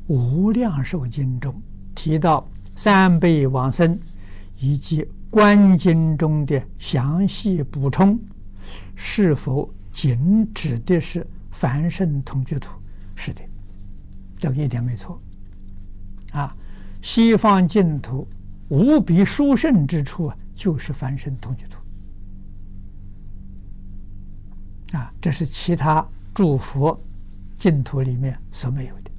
无量寿经中提到三辈往生以及观经中的详细补充，是否仅指的是凡圣同居土？是的，这个一点没错。西方净土无比殊胜之处就是凡圣同居土。这是其他诸佛净土里面所没有的。